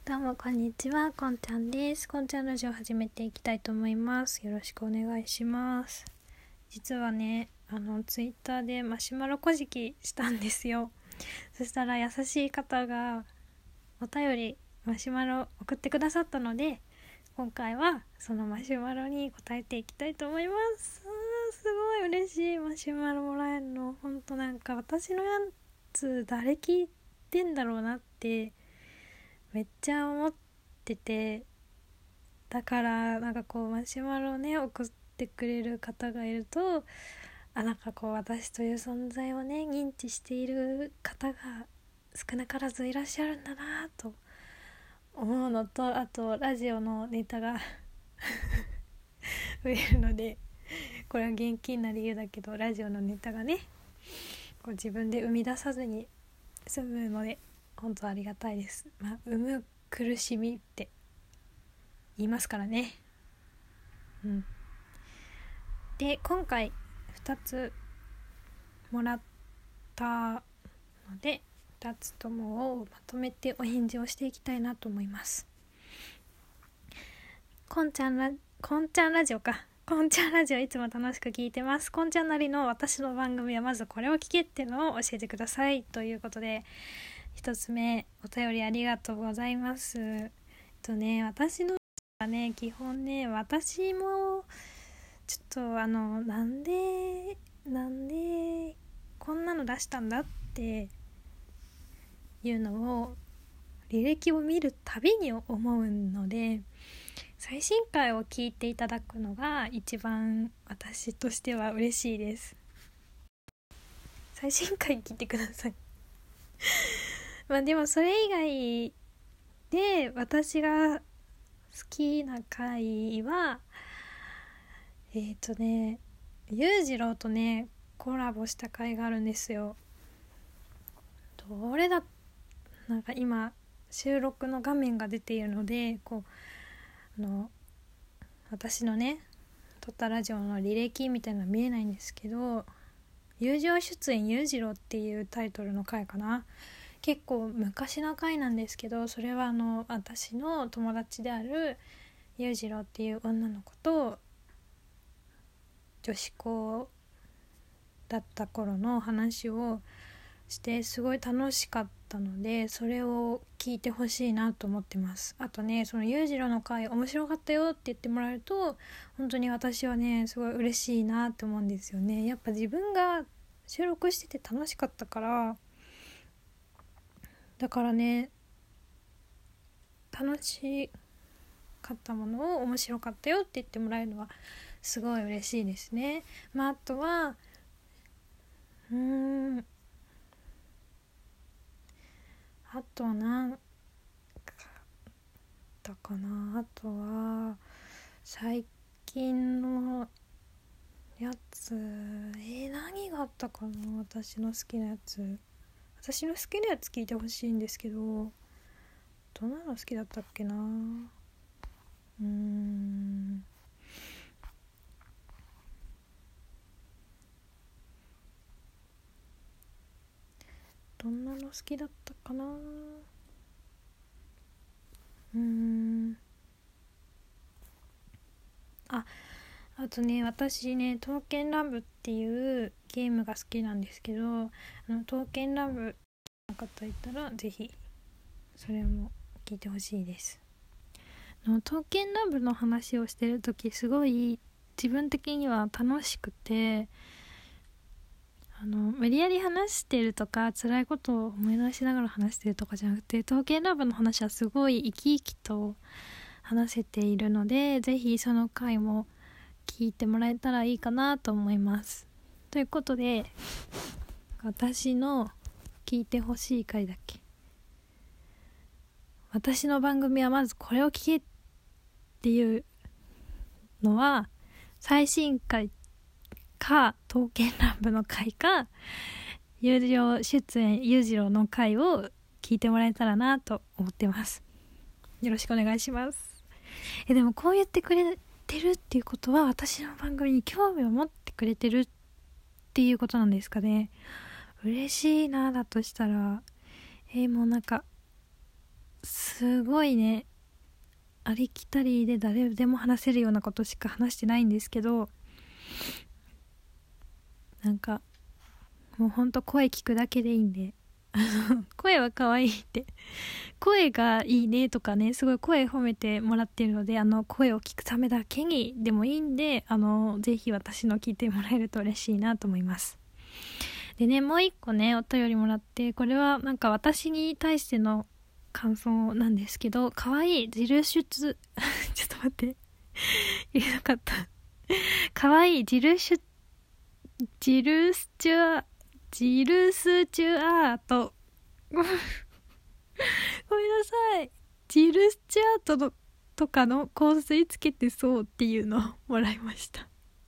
どうもこんにちは、こんちゃんです。こんちゃんラジオ始めていきたいと思います。よろしくお願いします。実はね、ツイッターでマシュマロこじきしたんですよ。そしたら優しい方がお便りマシュマロ送ってくださったので、今回はそのマシュマロに答えていきたいと思います。すごい嬉しい。マシュマロもらえるのほんとなんか私のやつ誰聞いてんだろうなってめっちゃ思ってて、だからなんかこうマシュマロをね送ってくれる方がいると、なんかこう私という存在をね認知している方が少なからずいらっしゃるんだなと思うのと、あとラジオのネタが増えるので、これは現金な理由だけど、ラジオのネタがねこう自分で生み出さずに済むので本当ありがたいです。生む苦しみって言いますからね。で、今回2つもらったので、2つともをまとめてお返事をしていきたいなと思います。こんちゃんラジオか。こんちゃんラジオいつも楽しく聞いてます。こんちゃんなりの私の番組はまずこれを聞けっていうのを教えてくださいということで、1つ目お便りありがとうございます。私のはね、基本ね、私もちょっとなんでこんなの出したんだっていうのを履歴を見るたびに思うので、最新回を聞いていただくのが一番私としては嬉しいです。最新回聞いてくださいでもそれ以外で私が好きな回は裕次郎とねコラボした回があるんですよ。どれだ、なんか今収録の画面が出ているので私のね撮ったラジオの履歴みたいなの見えないんですけど、友情出演裕次郎っていうタイトルの回かな。結構昔の回なんですけど、それは私の友達である裕次郎っていう女の子と女子校だった頃の話をしてすごい楽しかったので、それを聞いてほしいなと思ってます。あとね、その裕次郎の回面白かったよって言ってもらえると本当に私はねすごい嬉しいなって思うんですよね。やっぱ自分が収録してて楽しかったから、だからね、楽しかったものを面白かったよって言ってもらえるのはすごい嬉しいですね。あとはあとなんかだかな。あとは最近のやつ何があったかな。私の好きなやつ聞いてほしいんですけど、どんなの好きだったっけな。どんなの好きだったかな。あとね、私ね刀剣乱舞っていうゲームが好きなんですけど、刀剣乱舞の方いたらぜひそれも聞いてほしいです。刀剣乱舞の話をしてる時すごい自分的には楽しくて、無理やり話してるとか辛いことを思い出しながら話してるとかじゃなくて、刀剣乱舞の話はすごい生き生きと話せているので、ぜひその回も聞いてもらえたらいいかなと思います。ということで、私の聞いてほしい回だっけ。私の番組はまずこれを聞けっていうのは最新回か刀剣乱舞の回か友情出演裕次郎の回を聞いてもらえたらなと思ってます。よろしくお願いします。でもこう言ってくれてるっていうことは私の番組に興味を持ってくれてるっていうことなんですかね。嬉しいな。だとしたらもうなんかすすごいね、ありきたりで誰でも話せるようなことしか話してないんですけど、なんかもうほんと声聞くだけでいいんで声は可愛いって声がいいねとかね、すごい声褒めてもらってるので、声を聞くためだけにでもいいんで、ぜひ私の聞いてもらえると嬉しいなと思います。でね、もう一個ねお便りもらって、これはなんか私に対しての感想なんですけど、可愛いジルシュツちょっと待って言えなかった可愛いジルスチュアートごめんなさい。ジルスチュアートのとかの香水つけてそうっていうのをもらいました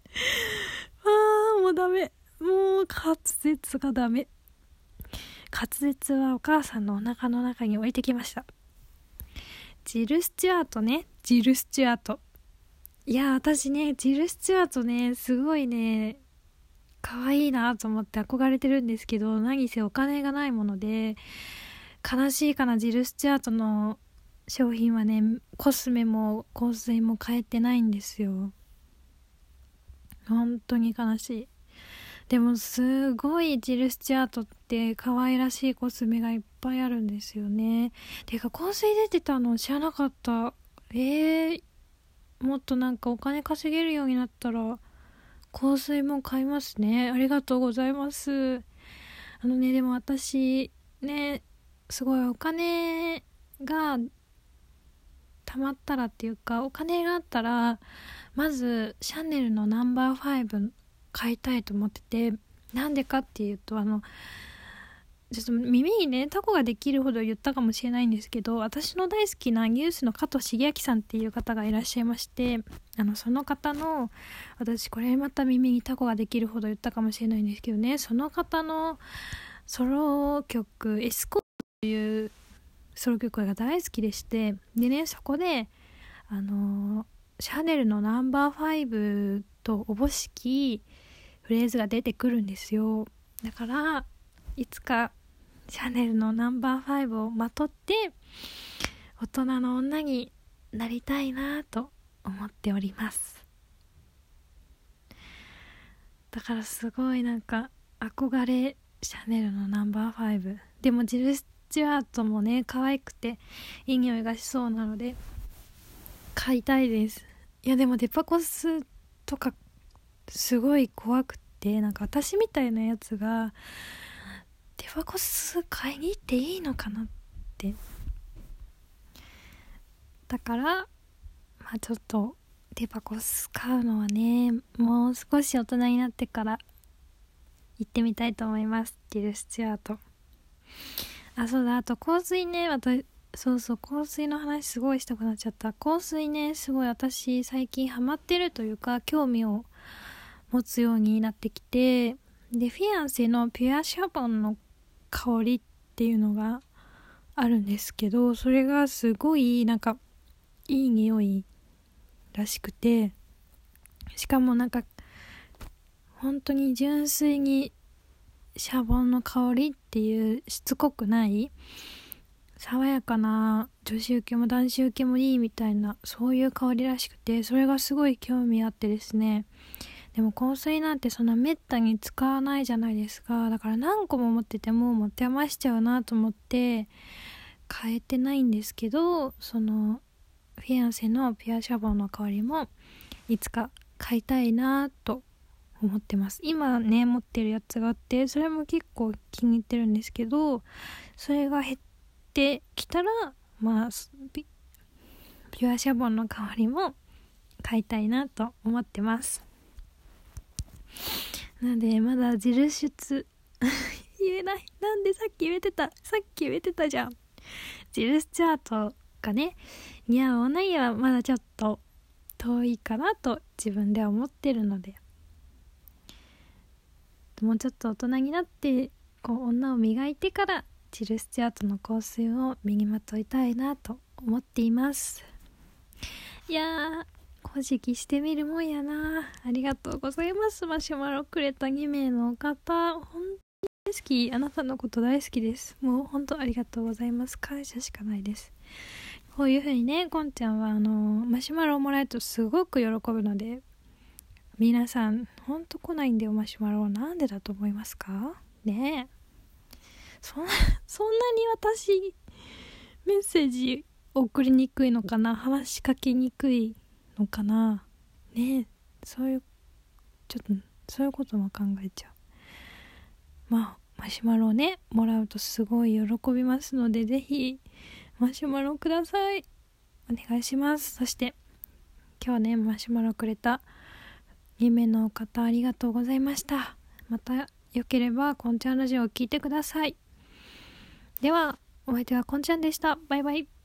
もうダメ、もう滑舌がダメ。滑舌はお母さんのお腹の中に置いてきました。ジルスチュアートね、ジルスチュアート、いや私ねジルスチュアートねすごいね可愛いなと思って憧れてるんですけど、何せお金がないもので悲しいかな。ジルスチュアートの商品はね、コスメも香水も買えてないんですよ。本当に悲しい。でもすごいジルスチュアートって可愛らしいコスメがいっぱいあるんですよね。てか香水出てたの知らなかった。もっとなんかお金稼げるようになったら香水も買いますね。ありがとうございます。でも私ね、すごいお金が貯まったらっていうか、お金があったらまずシャネルのナンバー5買いたいと思ってて、なんでかっていうとちょっと耳にねタコができるほど言ったかもしれないんですけど、私の大好きなニュースの加藤茂明さんっていう方がいらっしゃいまして、その方の、私これまた耳にタコができるほど言ったかもしれないんですけどね、その方のソロ曲エスコートというソロ曲が大好きでして、でねそこでシャネルのナンバー5とおぼしきフレーズが出てくるんですよ。だからいつかシャネルのナンバー5をまとって大人の女になりたいなと思っております。だからすごいなんか憧れ、シャネルのナンバー5でもジルスチュアートもね可愛くていい匂いがしそうなので買いたいです。いやでもデパコスとかすごい怖くて、なんか私みたいなやつがデパコス買いに行っていいのかなって。だからちょっとデパコス買うのはねもう少し大人になってから行ってみたいと思います。ジルスチュアート。そうだ、あと香水ね、そう香水の話すごいしたくなっちゃった。香水ねすごい私最近ハマってるというか興味を持つようになってきて、でフィアンセのピュアシャボンの香りっていうのがあるんですけど、それがすごいなんかいい匂いらしくて、しかもなんか本当に純粋にシャボンの香りっていうしつこくない爽やかな女子受けも男子受けもいいみたいな、そういう香りらしくて、それがすごい興味あってですね。でも香水なんてそんなめったに使わないじゃないですか。だから何個も持ってても持て余しちゃうなと思って買えてないんですけど、そのフィアンセのピュアシャボンの香りもいつか買いたいなと思ってます。今ね持ってるやつがあって、それも結構気に入ってるんですけど、それが減ってきたらピュアシャボンの香りも買いたいなと思ってます。なのでまだジルシュツ言えない。なんでさっき言えてたじゃん。ジルスチャートがね似合う女にはまだちょっと遠いかなと自分では思ってるので、もうちょっと大人になって女を磨いてからジルスチャートの香水を身にまといたいなと思っています。いやー古事記してみるもんやな。ありがとうございます。マシュマロくれた2名の方、本当に好き。あなたのこと大好きです。もう本当ありがとうございます。感謝しかないです。こういう風にね、こんちゃんはマシュマロをもらえるとすごく喜ぶので、皆さんほんと来ないんだよ、マシュマロ。なんでだと思いますかね。そんなに私メッセージ送りにくいのかな、話しかけにくいのかなね。そういうことも考えちゃう。マシュマロをねもらうとすごい喜びますので、ぜひマシュマロください。お願いします。そして今日ねマシュマロくれた2名の方、ありがとうございました。またよければこんちゃんラジオを聞いてください。ではお相手はこんちゃんでした。バイバイ。